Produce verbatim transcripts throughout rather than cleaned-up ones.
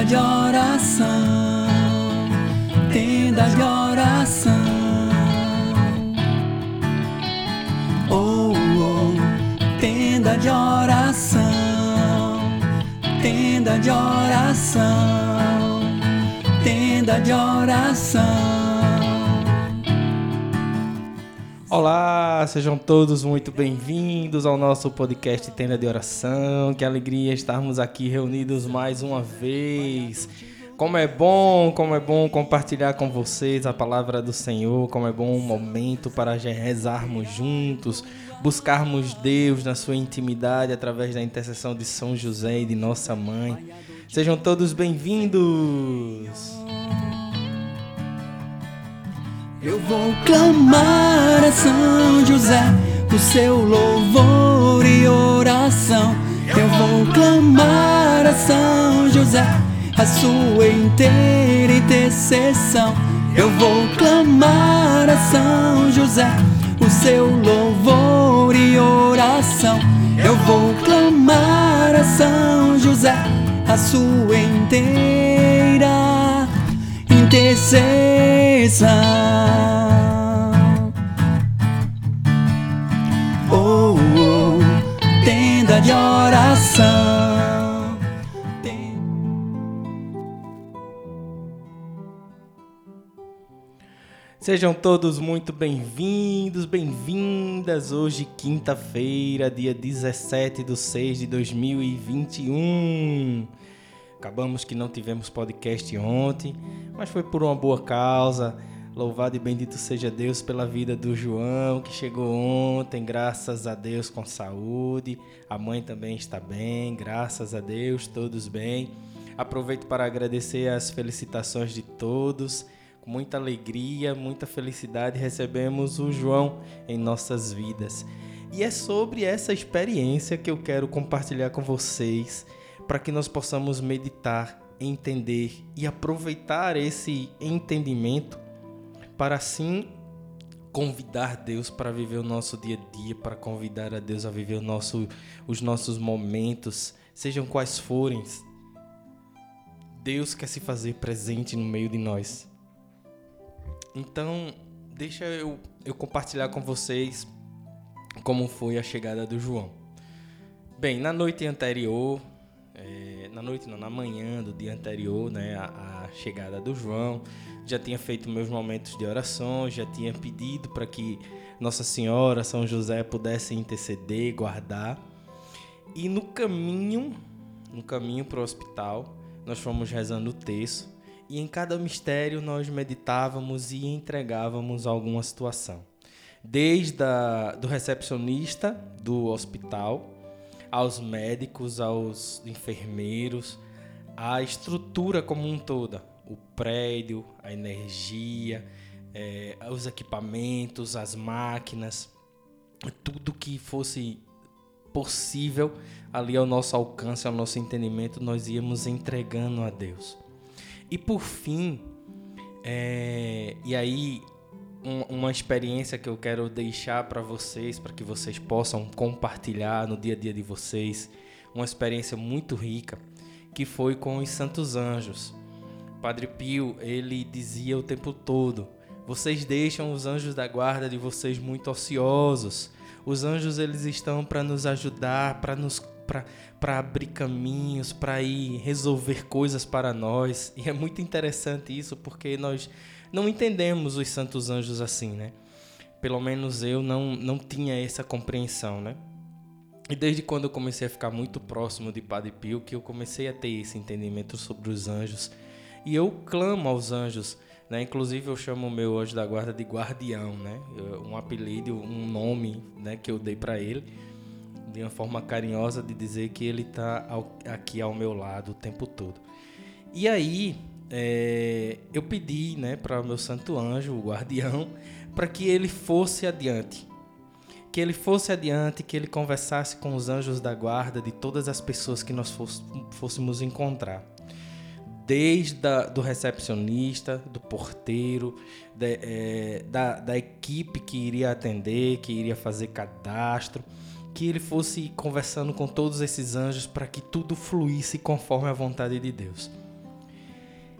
de oração, tenda de oração. Oh, oh, tenda de oração, tenda de oração, tenda de oração. Olá, sejam todos muito bem-vindos ao nosso podcast Tenda de Oração. Que alegria estarmos aqui reunidos mais uma vez. Como é bom, como é bom compartilhar com vocês a palavra do Senhor, como é bom um momento para rezarmos juntos, buscarmos Deus na sua intimidade através da intercessão de São José e de Nossa Mãe. Sejam todos bem-vindos! Eu vou clamar a São José, o seu louvor e oração. Eu vou clamar a São José, a sua inteira intercessão. Eu vou clamar a São José, o seu louvor e oração. Eu vou clamar a São José, a sua inteira intercessão. Oh, oh, tenda de oração. Sejam todos muito bem-vindos, bem-vindas. Hoje, quinta-feira, dia dezessete de seis de dois mil e vinte e um. Acabamos que não tivemos podcast ontem, mas foi por uma boa causa. Louvado e bendito seja Deus pela vida do João, que chegou ontem, graças a Deus, com saúde. A mãe também está bem, graças a Deus, todos bem. Aproveito para agradecer as felicitações de todos. Com muita alegria, muita felicidade, recebemos o João em nossas vidas. E é sobre essa experiência que eu quero compartilhar com vocês, para que nós possamos meditar, entender e aproveitar esse entendimento para assim convidar Deus para viver o nosso dia a dia, para convidar a Deus a viver o nosso, os nossos momentos, sejam quais forem. Deus quer se fazer presente no meio de nós. Então, deixa eu, eu compartilhar com vocês como foi a chegada do João. Bem, na noite anterior... É, na noite não, na manhã do dia anterior, né, a, a chegada do João, já tinha feito meus momentos de oração, já tinha pedido para que Nossa Senhora, São José pudessem interceder, guardar. E no caminho, no caminho para o hospital, nós fomos rezando o terço e em cada mistério nós meditávamos e entregávamos alguma situação. Desde a, do recepcionista do hospital, aos médicos, aos enfermeiros, a estrutura como um todo, o prédio, a energia, é, os equipamentos, as máquinas, tudo que fosse possível ali ao nosso alcance, ao nosso entendimento, nós íamos entregando a Deus. E por fim, é, e aí... uma experiência que eu quero deixar para vocês, para que vocês possam compartilhar no dia a dia de vocês, uma experiência muito rica, que foi com os Santos Anjos. Padre Pio, ele dizia o tempo todo: vocês deixam os anjos da guarda de vocês muito ociosos. Os anjos, eles estão para nos ajudar, para nos para abrir caminhos, para ir resolver coisas para nós. E é muito interessante isso, porque nós não entendemos os santos anjos assim, né? Pelo menos eu não, não tinha essa compreensão, né? E desde quando eu comecei a ficar muito próximo de Padre Pio, que eu comecei a ter esse entendimento sobre os anjos. E eu clamo aos anjos, né? Inclusive eu chamo o meu anjo da guarda de guardião, né? Um apelido, um nome, né, que eu dei para ele, de uma forma carinhosa de dizer que ele está aqui ao meu lado o tempo todo. E aí... É, eu pedi, né, para o meu santo anjo, o guardião, para que ele fosse adiante. Que ele fosse adiante, que ele conversasse com os anjos da guarda de todas as pessoas que nós fôssemos encontrar. Desde a, do recepcionista, do porteiro, de, é, da, da equipe que iria atender, que iria fazer cadastro, que ele fosse conversando com todos esses anjos para que tudo fluísse conforme a vontade de Deus.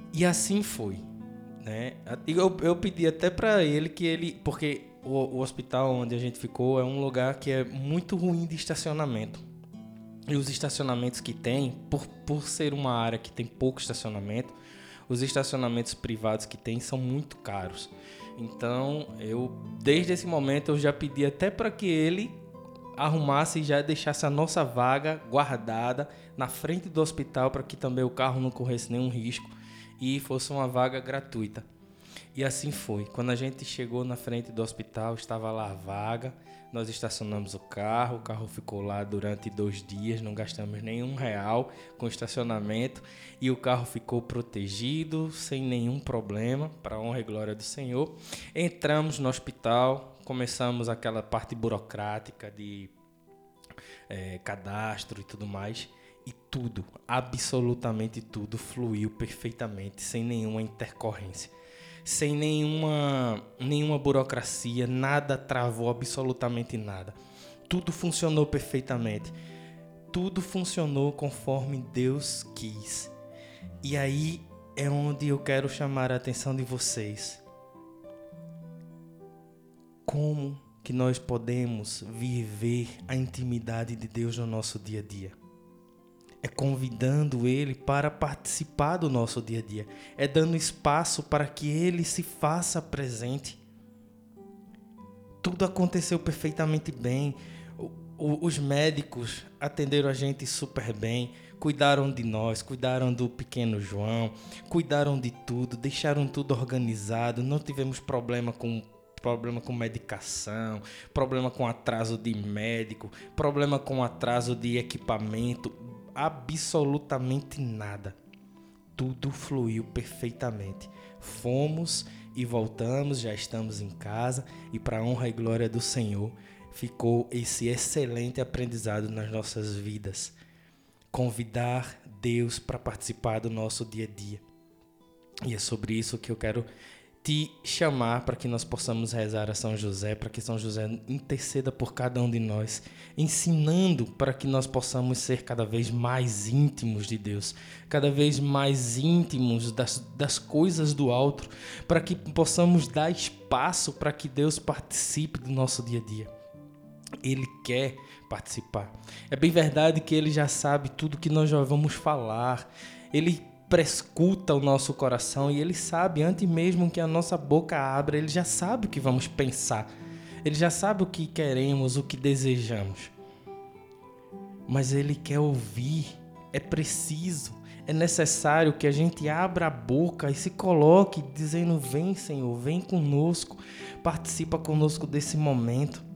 E assim foi, né? Eu, eu pedi até para ele que ele... Porque o, o hospital onde a gente ficou é um lugar que é muito ruim de estacionamento. E os estacionamentos que tem, por, por ser uma área que tem pouco estacionamento, os estacionamentos privados que tem são muito caros. Então, eu desde esse momento eu já pedi até para que ele arrumasse e já deixasse a nossa vaga guardada na frente do hospital para que também o carro não corresse nenhum risco e fosse uma vaga gratuita. E assim foi. Quando a gente chegou na frente do hospital, estava lá a vaga, nós estacionamos o carro, o carro ficou lá durante dois dias, não gastamos nenhum real com estacionamento e o carro ficou protegido, sem nenhum problema, para a honra e glória do Senhor. Entramos no hospital, começamos aquela parte burocrática de é, cadastro e tudo mais, e tudo, absolutamente tudo, fluiu perfeitamente, sem nenhuma intercorrência. Sem nenhuma, nenhuma burocracia, nada travou, absolutamente nada. Tudo funcionou perfeitamente. Tudo funcionou conforme Deus quis. E aí é onde eu quero chamar a atenção de vocês. Como que nós podemos viver a intimidade de Deus no nosso dia a dia? É convidando Ele para participar do nosso dia a dia. É dando espaço para que Ele se faça presente. Tudo aconteceu perfeitamente bem. O, o, os médicos atenderam a gente super bem. Cuidaram de nós, cuidaram do pequeno João. Cuidaram de tudo, deixaram tudo organizado. Não tivemos problema com problema com medicação, problema com atraso de médico, problema com atraso de equipamento. Absolutamente nada. Tudo fluiu perfeitamente. Fomos e voltamos, já estamos em casa e para a honra e glória do Senhor ficou esse excelente aprendizado nas nossas vidas. Convidar Deus para participar do nosso dia a dia. E é sobre isso que eu quero te chamar para que nós possamos rezar a São José, para que São José interceda por cada um de nós, ensinando para que nós possamos ser cada vez mais íntimos de Deus, cada vez mais íntimos das, das coisas do alto, para que possamos dar espaço para que Deus participe do nosso dia a dia. Ele quer participar. É bem verdade que Ele já sabe tudo que nós já vamos falar. Ele prescuta o nosso coração e Ele sabe, antes mesmo que a nossa boca abra, Ele já sabe o que vamos pensar. Ele já sabe o que queremos, o que desejamos. Mas Ele quer ouvir, é preciso, é necessário que a gente abra a boca e se coloque dizendo: vem, Senhor, vem conosco, participa conosco desse momento.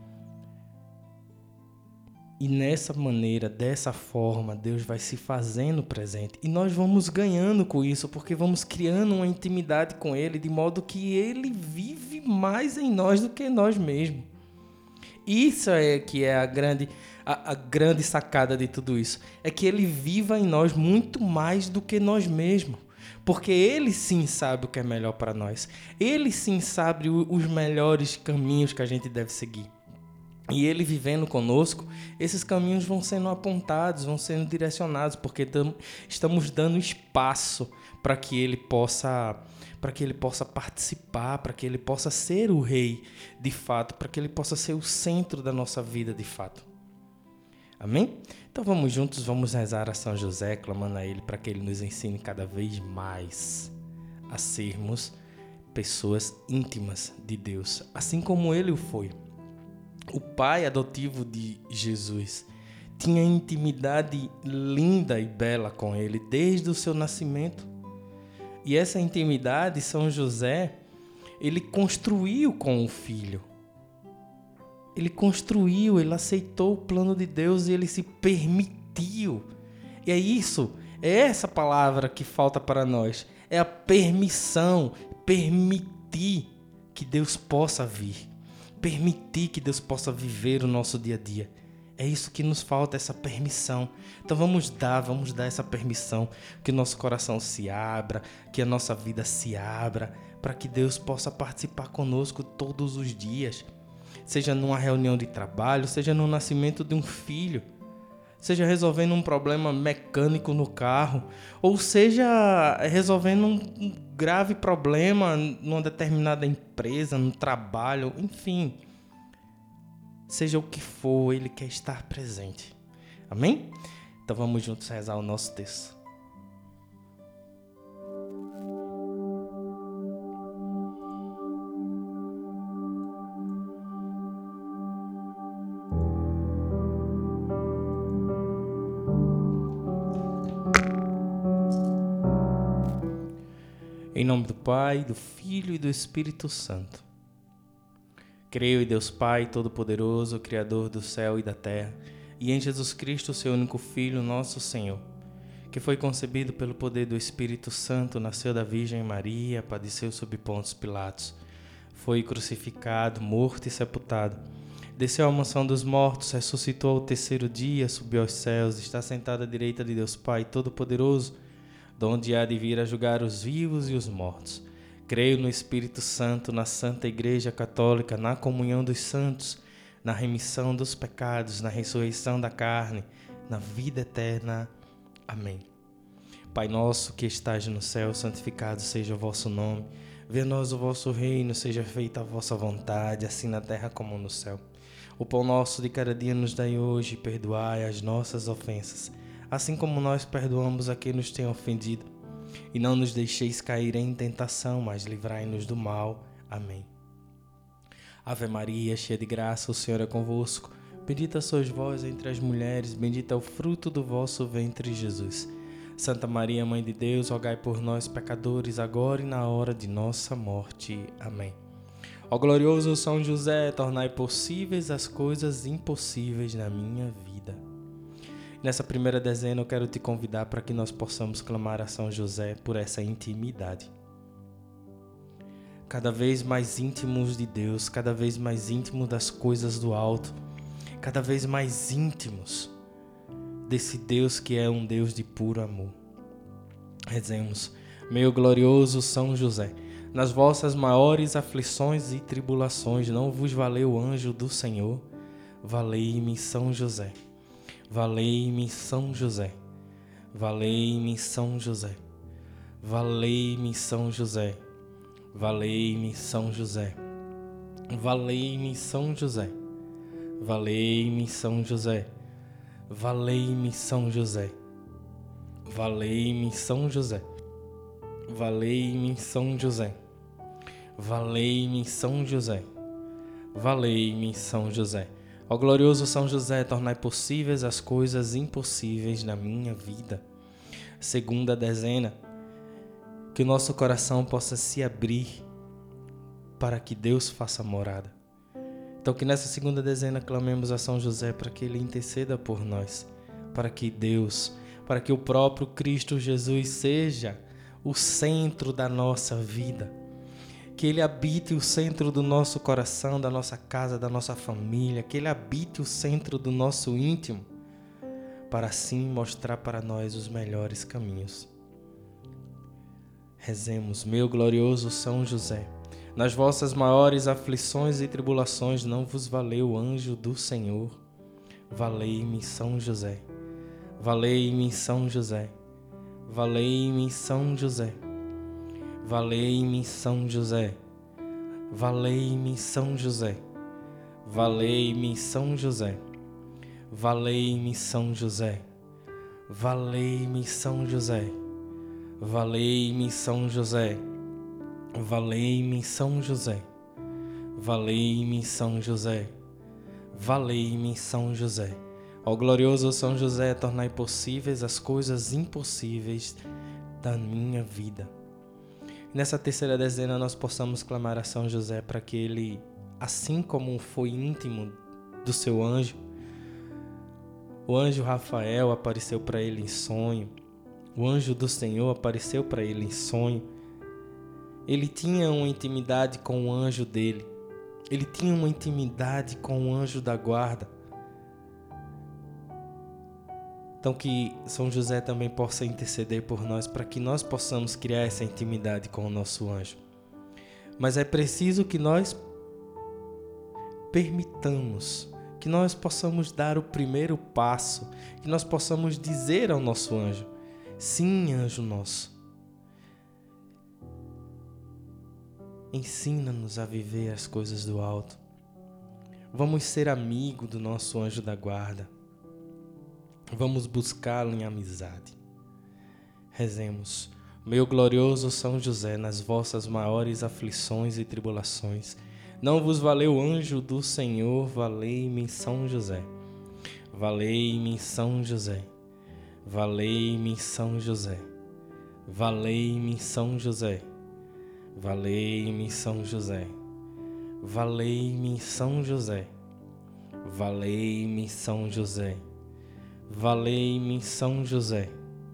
E nessa maneira, dessa forma, Deus vai se fazendo presente. E nós vamos ganhando com isso, porque vamos criando uma intimidade com Ele, de modo que Ele vive mais em nós do que nós mesmos. Isso é que é a grande, a, a grande sacada de tudo isso. É que Ele viva em nós muito mais do que nós mesmos. Porque Ele sim sabe o que é melhor para nós. Ele sim sabe os melhores caminhos que a gente deve seguir. E Ele vivendo conosco, esses caminhos vão sendo apontados, vão sendo direcionados, porque tam, estamos dando espaço para que Ele possa, para que Ele possa participar, para que Ele possa ser o Rei de fato, para que Ele possa ser o centro da nossa vida de fato. Amém? Então vamos juntos, vamos rezar a São José, clamando a Ele para que Ele nos ensine cada vez mais a sermos pessoas íntimas de Deus, assim como Ele o foi. O pai adotivo de Jesus tinha intimidade linda e bela com ele desde o seu nascimento. E essa intimidade, São José, ele construiu com o filho. Ele construiu, ele aceitou o plano de Deus e ele se permitiu. E é isso, é essa palavra que falta para nós. É a permissão, permitir que Deus possa vir. Permitir que Deus possa viver o nosso dia a dia. É isso que nos falta, essa permissão. Então vamos dar, vamos dar essa permissão, que o nosso coração se abra, que a nossa vida se abra, para que Deus possa participar conosco todos os dias. Seja numa reunião de trabalho, seja no nascimento de um filho, seja resolvendo um problema mecânico no carro, ou seja resolvendo um grave problema numa determinada empresa, no trabalho, enfim. Seja o que for, Ele quer estar presente. Amém? Então vamos juntos rezar o nosso texto. Em nome do Pai, do Filho e do Espírito Santo. Creio em Deus Pai Todo-Poderoso, Criador do céu e da terra, e em Jesus Cristo, seu único Filho, nosso Senhor, que foi concebido pelo poder do Espírito Santo, nasceu da Virgem Maria, padeceu sob Pôncio Pilatos, foi crucificado, morto e sepultado, desceu à mansão dos mortos, ressuscitou ao terceiro dia, subiu aos céus, está sentado à direita de Deus Pai Todo-Poderoso, donde há de vir a julgar os vivos e os mortos. Creio no Espírito Santo, na Santa Igreja Católica, na comunhão dos santos, na remissão dos pecados, na ressurreição da carne, na vida eterna. Amém. Pai nosso que estais no céu, santificado seja o vosso nome. Venha a nós o vosso reino, seja feita a vossa vontade, assim na terra como no céu. O pão nosso de cada dia nos dai hoje, e perdoai as nossas ofensas, assim como nós perdoamos a quem nos tem ofendido. E não nos deixeis cair em tentação, mas livrai-nos do mal. Amém. Ave Maria, cheia de graça, o Senhor é convosco. Bendita sois vós entre as mulheres, bendito é o fruto do vosso ventre, Jesus. Santa Maria, Mãe de Deus, rogai por nós, pecadores, agora e na hora de nossa morte. Amém. Ó glorioso São José, tornai possíveis as coisas impossíveis na minha vida. Nessa primeira dezena eu quero te convidar para que nós possamos clamar a São José por essa intimidade. Cada vez mais íntimos de Deus, cada vez mais íntimos das coisas do alto, cada vez mais íntimos desse Deus que é um Deus de puro amor. Rezemos: meu glorioso São José, nas vossas maiores aflições e tribulações não vos valeu o anjo do Senhor? Valei-me São José. Valei-me São José, valei-me São José, valei-me São José, valei-me São José, valei-me São José, valei-me São José, valei-me São José, valei-me São José, valei-me São José, valei-me São José, valei-me São José. Ó glorioso São José, tornai possíveis as coisas impossíveis na minha vida. Segunda dezena, que o nosso coração possa se abrir para que Deus faça morada. Então que nessa segunda dezena clamemos a São José para que Ele interceda por nós, para que Deus, para que o próprio Cristo Jesus seja o centro da nossa vida. Que Ele habite o centro do nosso coração, da nossa casa, da nossa família. Que Ele habite o centro do nosso íntimo, para assim mostrar para nós os melhores caminhos. Rezemos: meu glorioso São José, nas vossas maiores aflições e tribulações não vos valeu o anjo do Senhor? Valei-me São José, valei-me São José, valei-me São José. Valei-me São José, valei-me São José, valei-me São José, valei-me São José, valei-me São José, valei-me São José, valei-me São José, valei-me São José, valei-me São José. Ó glorioso São José, tornai possíveis as coisas impossíveis da minha vida. Nessa terceira dezena nós possamos clamar a São José para que Ele, assim como foi íntimo do seu anjo, o anjo Rafael apareceu para ele em sonho, o anjo do Senhor apareceu para ele em sonho. Ele tinha uma intimidade com o anjo dele, ele tinha uma intimidade com o anjo da guarda. Então que São José também possa interceder por nós para que nós possamos criar essa intimidade com o nosso anjo. Mas é preciso que nós permitamos que nós possamos dar o primeiro passo, que nós possamos dizer ao nosso anjo: sim, anjo nosso, ensina-nos a viver as coisas do alto. Vamos ser amigo do nosso anjo da guarda. Vamos buscá-lo em amizade. Rezemos: meu glorioso São José, nas vossas maiores aflições e tribulações, não vos valeu o anjo do Senhor, valei-me São José. Valei-me São José. Valei-me São José. Valei-me São José. Valei-me São José. Valei-me São José. Valei-me São José. Valei-me São José.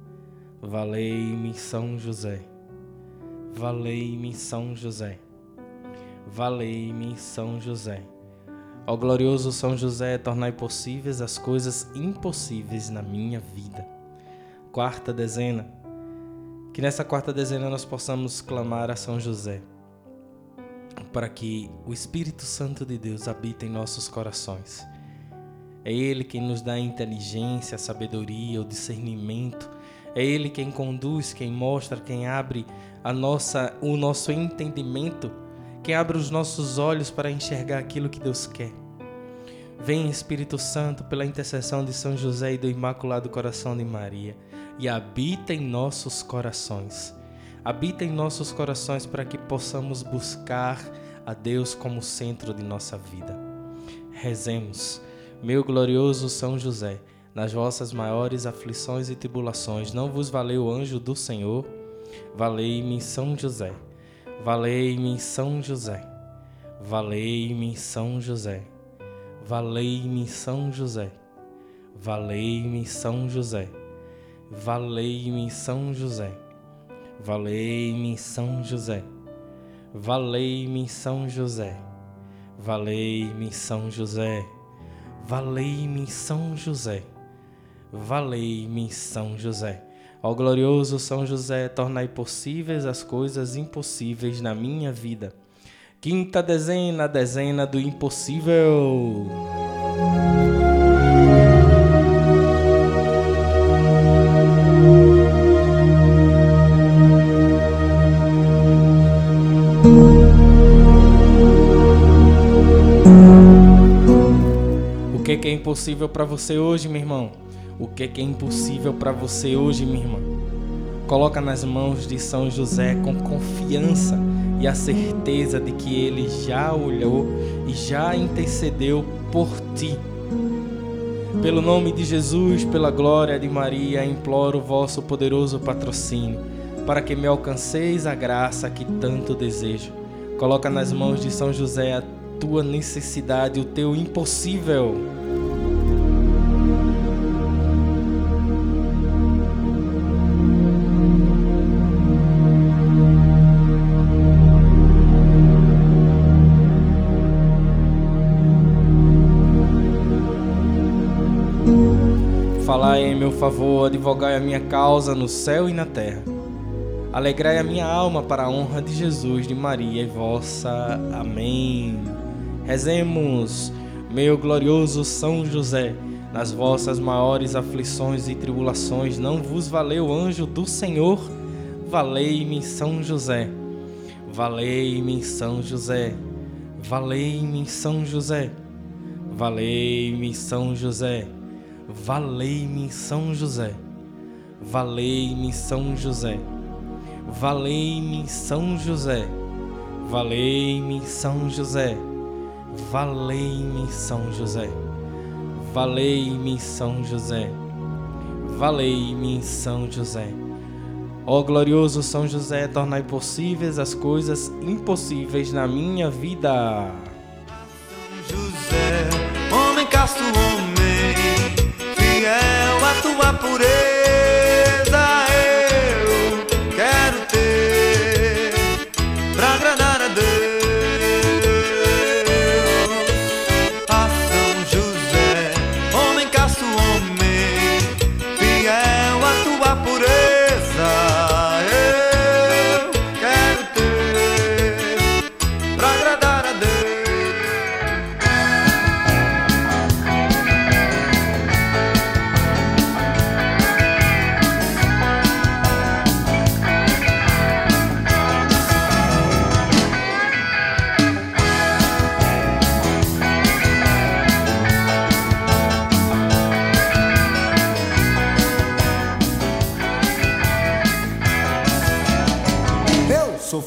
Valei-me São José. Valei-me São José. Valei-me São José. Ó glorioso São José, tornai possíveis as coisas impossíveis na minha vida. Quarta dezena. Que nessa quarta dezena nós possamos clamar a São José, para que o Espírito Santo de Deus habite em nossos corações. É Ele quem nos dá a inteligência, a sabedoria, o discernimento. É Ele quem conduz, quem mostra, quem abre a nossa, o nosso entendimento, quem abre os nossos olhos para enxergar aquilo que Deus quer. Vem, Espírito Santo, pela intercessão de São José e do Imaculado Coração de Maria, e habita em nossos corações. Habita em nossos corações para que possamos buscar a Deus como centro de nossa vida. Rezemos: meu glorioso São José, nas vossas maiores aflições e tribulações, não vos valeu o anjo do Senhor? Valei-me São José. Valei-me São José. Valei-me São José. Valei-me São José. Valei-me São José. Valei-me São José. Valei-me São José. Valei-me São José. Valei-me São José. Valei-me São José. Valei-me São José. Ó glorioso São José, tornai possíveis as coisas impossíveis na minha vida. Quinta dezena, dezena do impossível. O que é impossível para você hoje, meu irmão? O que é impossível para você hoje, minha irmã? Coloca nas mãos de São José com confiança e a certeza de que Ele já olhou e já intercedeu por ti. Pelo nome de Jesus, pela glória de Maria, imploro o vosso poderoso patrocínio, para que me alcanceis a graça que tanto desejo. Coloca nas mãos de São José a tua necessidade, o teu impossível. Falai em meu favor, advogai a minha causa no céu e na terra. Alegrai a minha alma para a honra de Jesus, de Maria e vossa. Amém. Rezemos: meu glorioso São José, nas vossas maiores aflições e tribulações, não vos valeu o anjo do Senhor? Valei-me São José. Valei-me São José. Valei-me São José. Valei-me São José. Valei-me São José. Valei-me São José. Valei-me São José. Valei-me São José. Valei-me São José. Valei-me São José. Valei-me São José. Ó glorioso São José, tornai possíveis as coisas impossíveis na minha vida. São José, homem casto, homem fiel à tua pureza, eu quero ter pra agradar a Deus. A São José, homem casto, homem fiel à tua pureza, eu quero ter pra agradar a Deus.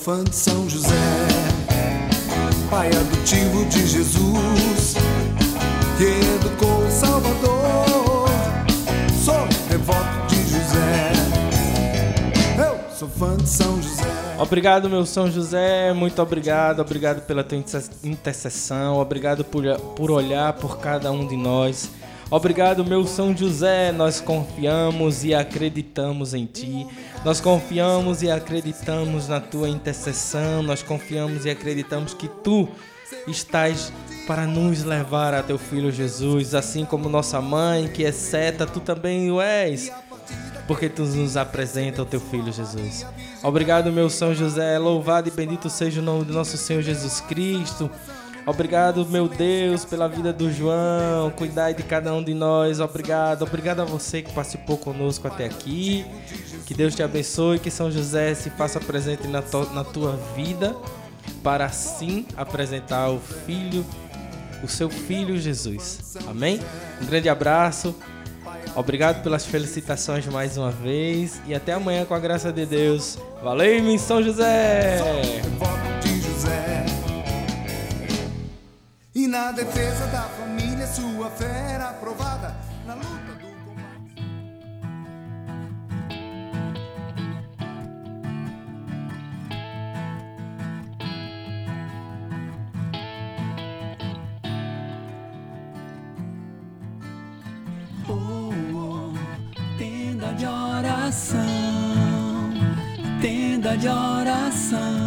fã de São José, pai adotivo de Jesus, que educou o Salvador. Sou devoto de José, eu sou fã de São José. Obrigado, meu São José, muito obrigado, obrigado pela tua intercessão, obrigado por, por olhar por cada um de nós. Obrigado, meu São José, nós confiamos e acreditamos em Ti, nós confiamos e acreditamos na Tua intercessão, nós confiamos e acreditamos que Tu estás para nos levar a Teu Filho Jesus, assim como nossa mãe, que é seta, Tu também o és, porque Tu nos apresenta o Teu Filho Jesus. Obrigado, meu São José, louvado e bendito seja o nome do nosso Senhor Jesus Cristo. Obrigado, meu Deus, pela vida do João, cuidai de cada um de nós, obrigado, obrigado a você que participou conosco até aqui, que Deus te abençoe, que São José se faça presente na, to- na tua vida, para assim apresentar o Filho, o seu Filho Jesus, amém? Um grande abraço, obrigado pelas felicitações mais uma vez, e até amanhã com a graça de Deus, valeu, meu São José! E na defesa da família, sua fé era aprovada na luta do combate. Oh, oh, tenda de oração, tenda de oração.